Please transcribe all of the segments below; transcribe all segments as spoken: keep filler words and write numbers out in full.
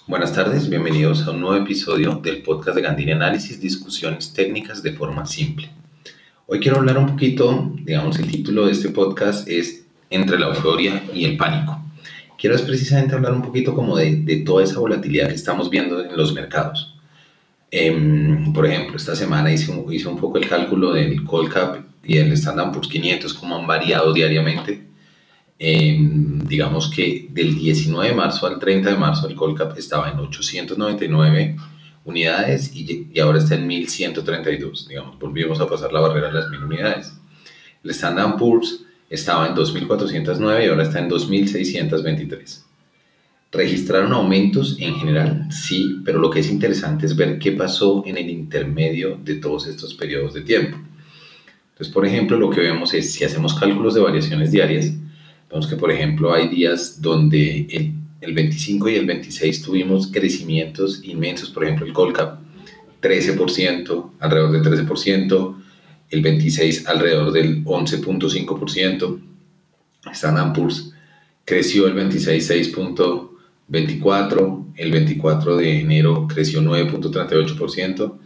Buenas tardes, bienvenidos a un nuevo episodio del podcast de Gandini Análisis, discusiones técnicas de forma simple. Hoy quiero hablar un poquito, digamos, el título de este podcast es Entre la euforia y el pánico. Quiero es precisamente hablar un poquito como de, de toda esa volatilidad que estamos viendo en los mercados. Eh, por ejemplo, esta semana hice un, hice un poco el cálculo del Colcap y el Standard and Poor's quinientos, cómo han variado diariamente. Eh, digamos que del diecinueve de marzo al treinta de marzo el Colcap estaba en ochocientas noventa y nueve unidades y, y ahora está en mil ciento treinta y dos, digamos, volvimos a pasar la barrera de las mil unidades. El Standard and Poor's estaba en dos mil cuatrocientos nueve y ahora está en dos mil seiscientos veintitrés. ¿Registraron aumentos en general? Sí, pero lo que es interesante es ver qué pasó en el intermedio de todos estos periodos de tiempo. Entonces, por ejemplo, lo que vemos es, si hacemos cálculos de variaciones diarias, vemos que, por ejemplo, hay días donde el, el veinticinco y el veintiséis tuvimos crecimientos inmensos. Por ejemplo, el Colcap trece por ciento, alrededor del trece por ciento, el veintiséis alrededor del once punto cinco por ciento. Standard and Poor's creció el veintiséis seis punto veinticuatro, el veinticuatro de enero creció nueve punto treinta y ocho por ciento.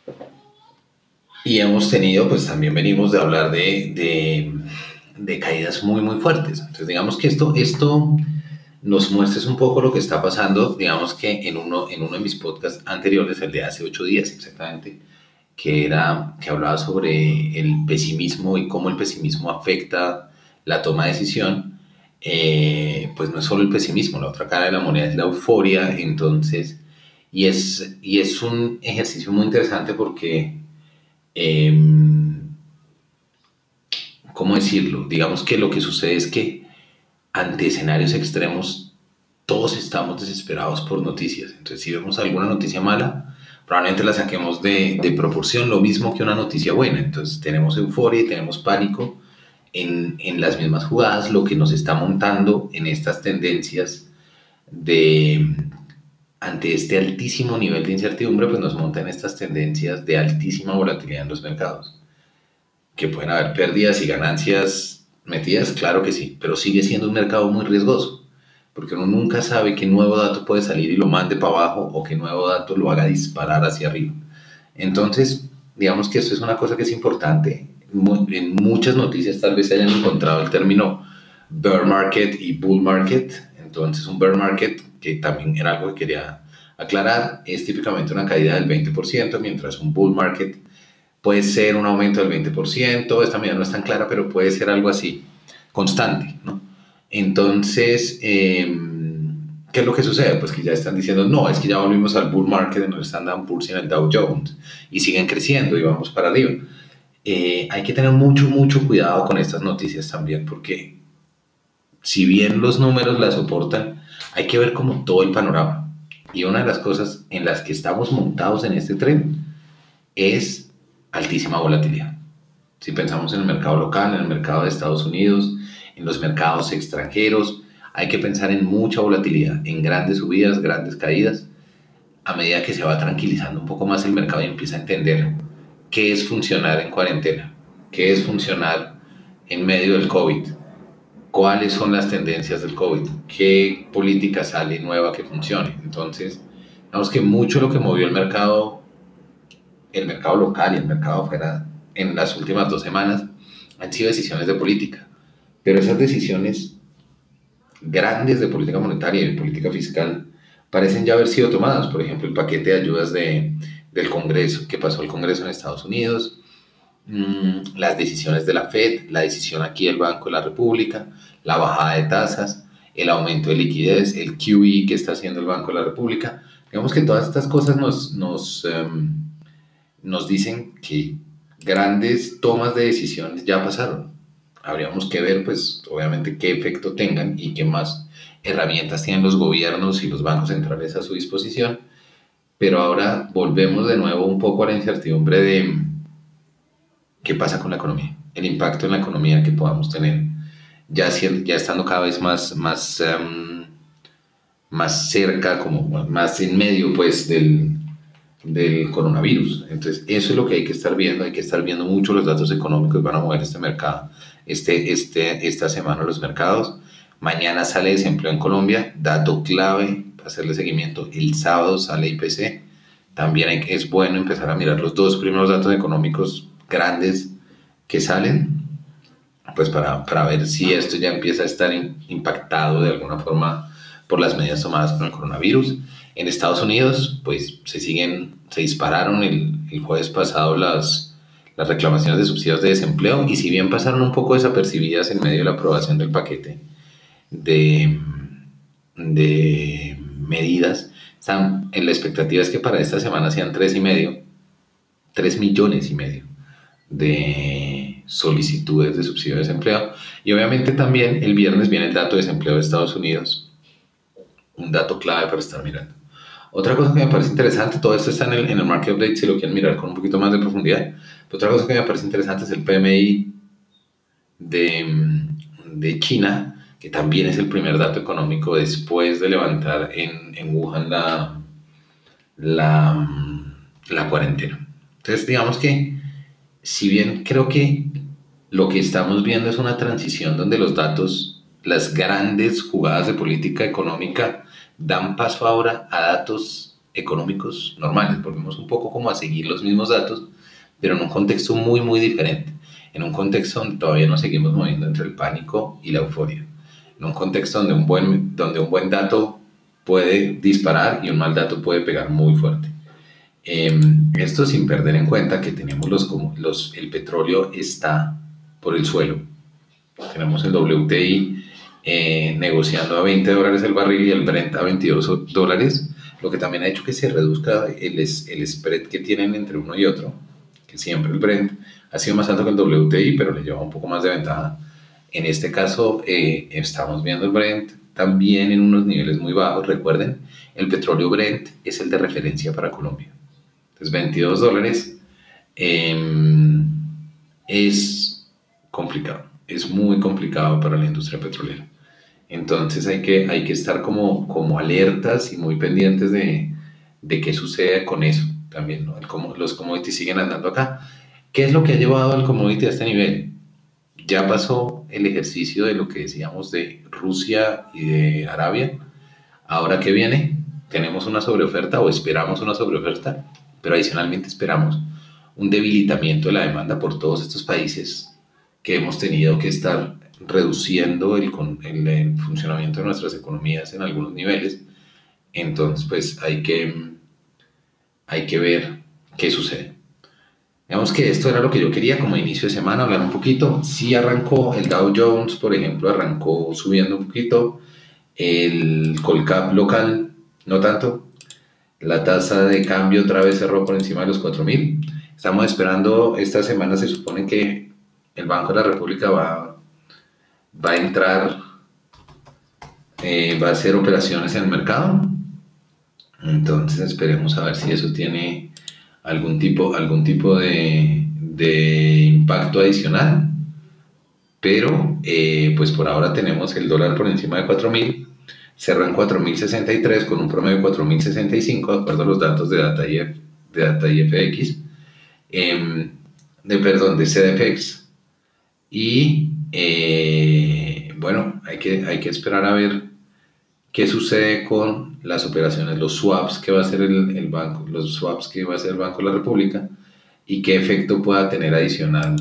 Y hemos tenido, pues también venimos de hablar de... de de caídas muy muy fuertes. Entonces digamos que esto, esto nos muestra un poco lo que está pasando. Digamos que en uno, en uno de mis podcasts anteriores, el de hace ocho días exactamente, que, era, que hablaba sobre el pesimismo y cómo el pesimismo afecta la toma de decisión, eh, pues no es solo el pesimismo, la otra cara de la moneda es la euforia. Entonces, y es, y es un ejercicio muy interesante porque eh, ¿cómo decirlo? Digamos que lo que sucede es que ante escenarios extremos todos estamos desesperados por noticias. Entonces, si vemos alguna noticia mala, probablemente la saquemos de, de proporción, lo mismo que una noticia buena. Entonces, tenemos euforia y tenemos pánico en, en las mismas jugadas, lo que nos está montando en estas tendencias de... Ante este altísimo nivel de incertidumbre, pues nos monta en estas tendencias de altísima volatilidad en los mercados. ¿Que pueden haber pérdidas y ganancias metidas? Claro que sí, pero sigue siendo un mercado muy riesgoso, porque uno nunca sabe qué nuevo dato puede salir y lo mande para abajo o qué nuevo dato lo haga disparar hacia arriba. Entonces, digamos que esto es una cosa que es importante. En muchas noticias tal vez se hayan encontrado el término bear market y bull market. Entonces, un bear market, que también era algo que quería aclarar, es típicamente una caída del veinte por ciento, mientras un bull market puede ser un aumento del veinte por ciento, esta medida no es tan clara, pero puede ser algo así, constante, ¿no? Entonces, eh, ¿qué es lo que sucede? Pues que ya están diciendo, no, es que ya volvimos al bull market en el Standard and Poor's y en el Dow Jones, y siguen creciendo y vamos para arriba. Eh, hay que tener mucho, mucho cuidado con estas noticias también, porque si bien los números la soportan, hay que ver como todo el panorama. Y una de las cosas en las que estamos montados en este tren es altísima volatilidad. Si pensamos en el mercado local, en el mercado de Estados Unidos, en los mercados extranjeros, hay que pensar en mucha volatilidad, en grandes subidas, grandes caídas. A medida que se va tranquilizando un poco más el mercado y empieza a entender qué es funcionar en cuarentena, qué es funcionar en medio del COVID, cuáles son las tendencias del COVID, qué política sale nueva que funcione. Entonces, digamos que mucho lo que movió el mercado el mercado local y el mercado afuera en las últimas dos semanas han sido decisiones de política, pero esas decisiones grandes de política monetaria y de política fiscal parecen ya haber sido tomadas. Por ejemplo, el paquete de ayudas de, del Congreso, que pasó el Congreso en Estados Unidos, mmm, las decisiones de la Fed, la decisión aquí del Banco de la República, la bajada de tasas, el aumento de liquidez, el Q E que está haciendo el Banco de la República. Digamos que todas estas cosas nos... nos um, nos dicen que grandes tomas de decisiones ya pasaron. Habríamos que ver, pues, obviamente, qué efecto tengan y qué más herramientas tienen los gobiernos y los bancos centrales a su disposición. Pero ahora volvemos de nuevo un poco a la incertidumbre de qué pasa con la economía, el impacto en la economía que podamos tener, ya, ya estando cada vez más, más, um, más cerca, como más en medio, pues, del del coronavirus. Entonces eso es lo que hay que estar viendo. Hay que estar viendo mucho los datos económicos, van a mover este mercado este, este, esta semana los mercados. Mañana sale desempleo en Colombia, dato clave hacerle seguimiento. El sábado sale I P C. También hay, es bueno empezar a mirar los dos primeros datos económicos grandes que salen, pues para, para ver si esto ya empieza a estar in, impactado de alguna forma por las medidas tomadas con el coronavirus. En Estados Unidos, pues se siguen, se dispararon el, el jueves pasado las, las reclamaciones de subsidios de desempleo, y si bien pasaron un poco desapercibidas en medio de la aprobación del paquete de, de medidas, están, en la expectativa es que para esta semana sean tres y medio, tres millones y medio de solicitudes de subsidio de desempleo. Y obviamente también el viernes viene el dato de desempleo de Estados Unidos, un dato clave para estar mirando. Otra cosa que me parece interesante, todo esto está en el, en el Market Update si lo quieren mirar con un poquito más de profundidad. Otra cosa que me parece interesante es el P M I de, de China, que también es el primer dato económico después de levantar en, en Wuhan la, la, la cuarentena. Entonces, digamos que, si bien creo que lo que estamos viendo es una transición donde los datos, las grandes jugadas de política económica dan paso ahora a datos económicos normales. Volvemos un poco como a seguir los mismos datos, pero en un contexto muy, muy diferente. En un contexto donde todavía nos seguimos moviendo entre el pánico y la euforia. En un contexto donde un buen, donde un buen dato puede disparar y un mal dato puede pegar muy fuerte. Eh, esto sin perder en cuenta que tenemos los, los, el petróleo está por el suelo. Tenemos el W T I eh, negociando a veinte dólares el barril y el Brent a veintidós dólares, lo que también ha hecho que se reduzca el, el spread que tienen entre uno y otro, que siempre el Brent ha sido más alto que el W T I, pero le lleva un poco más de ventaja. En este caso eh, estamos viendo el Brent también en unos niveles muy bajos. Recuerden, el petróleo Brent es el de referencia para Colombia. Entonces veintidós dólares eh, es complicado, es muy complicado para la industria petrolera. Entonces hay que, hay que estar como, como alertas y muy pendientes de, de qué sucede con eso también, ¿no? El, como, los commodities siguen andando acá. ¿Qué es lo que ha llevado al commodity a este nivel? Ya pasó el ejercicio de lo que decíamos de Rusia y de Arabia. Ahora, ¿qué viene? Tenemos una sobreoferta o esperamos una sobreoferta, pero adicionalmente esperamos un debilitamiento de la demanda por todos estos países que hemos tenido que estar reduciendo el, el, el funcionamiento de nuestras economías en algunos niveles. Entonces, pues hay que, hay que ver qué sucede. Digamos que esto era lo que yo quería como inicio de semana, hablar un poquito. Sí arrancó el Dow Jones, por ejemplo, arrancó subiendo un poquito. El Colcap local, no tanto. La tasa de cambio otra vez cerró por encima de los cuatro mil. Estamos esperando, esta semana se supone que el Banco de la República va, va a entrar, eh, va a hacer operaciones en el mercado. Entonces esperemos a ver si eso tiene algún tipo, algún tipo de, de impacto adicional. Pero eh, pues por ahora tenemos el dólar por encima de cuatro mil. Cerró en cuatro mil sesenta y tres con un promedio de cuatro mil sesenta y cinco, de acuerdo a los datos de Data I F, de Data I F X, eh, de, perdón, de C D F X. Y eh, bueno, hay que, hay que esperar a ver qué sucede con las operaciones, los swaps que va a hacer el, el banco, los swaps que va a hacer el Banco de la República, y qué efecto pueda tener adicional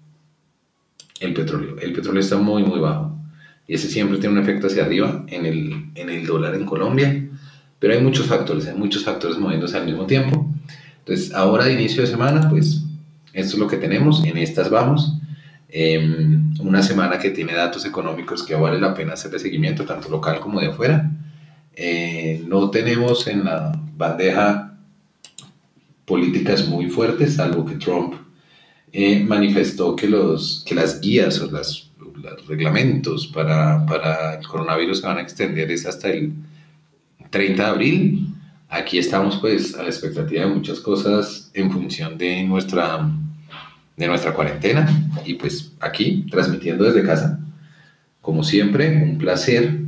el petróleo. El petróleo está muy, muy bajo. Y ese siempre tiene un efecto hacia arriba en el, en el dólar en Colombia, pero hay muchos factores, hay muchos factores moviéndose al mismo tiempo. Entonces, ahora de inicio de semana, pues esto es lo que tenemos, en estas vamos. Eh, una semana que tiene datos económicos que vale la pena hacerle seguimiento, tanto local como de afuera. Eh, no tenemos en la bandeja políticas muy fuertes, salvo que Trump eh, manifestó que, los, que las guías o las los reglamentos para, para el coronavirus se van a extender es hasta el treinta de abril. Aquí estamos pues a la expectativa de muchas cosas en función de nuestra, de nuestra cuarentena, y pues aquí transmitiendo desde casa. Como siempre, un placer.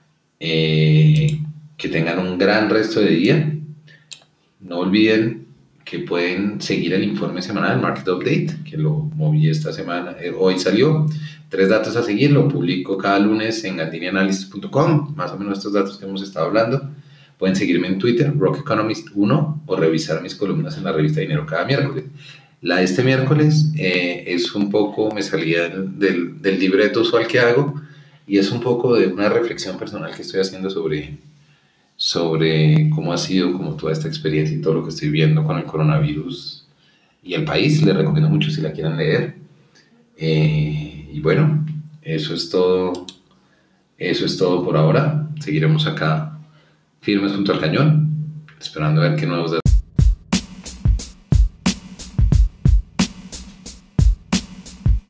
Eh, que tengan un gran resto de día. No olviden que pueden seguir el informe semanal Market Update, que lo moví esta semana, eh, hoy salió. Tres datos a seguir, lo publico cada lunes en gandini analysis punto com, más o menos estos datos que hemos estado hablando. Pueden seguirme en Twitter, Rock Economist uno, o revisar mis columnas en la revista Dinero cada miércoles. La de este miércoles eh, es un poco, me salía del, del, del libreto usual que hago, y es un poco de una reflexión personal que estoy haciendo sobre, sobre cómo ha sido como toda esta experiencia y todo lo que estoy viendo con el coronavirus y el país. Les recomiendo mucho si la quieren leer. Eh, y bueno, eso es todo. Eso es todo por ahora. Seguiremos acá firmes junto al cañón, esperando a ver qué nuevos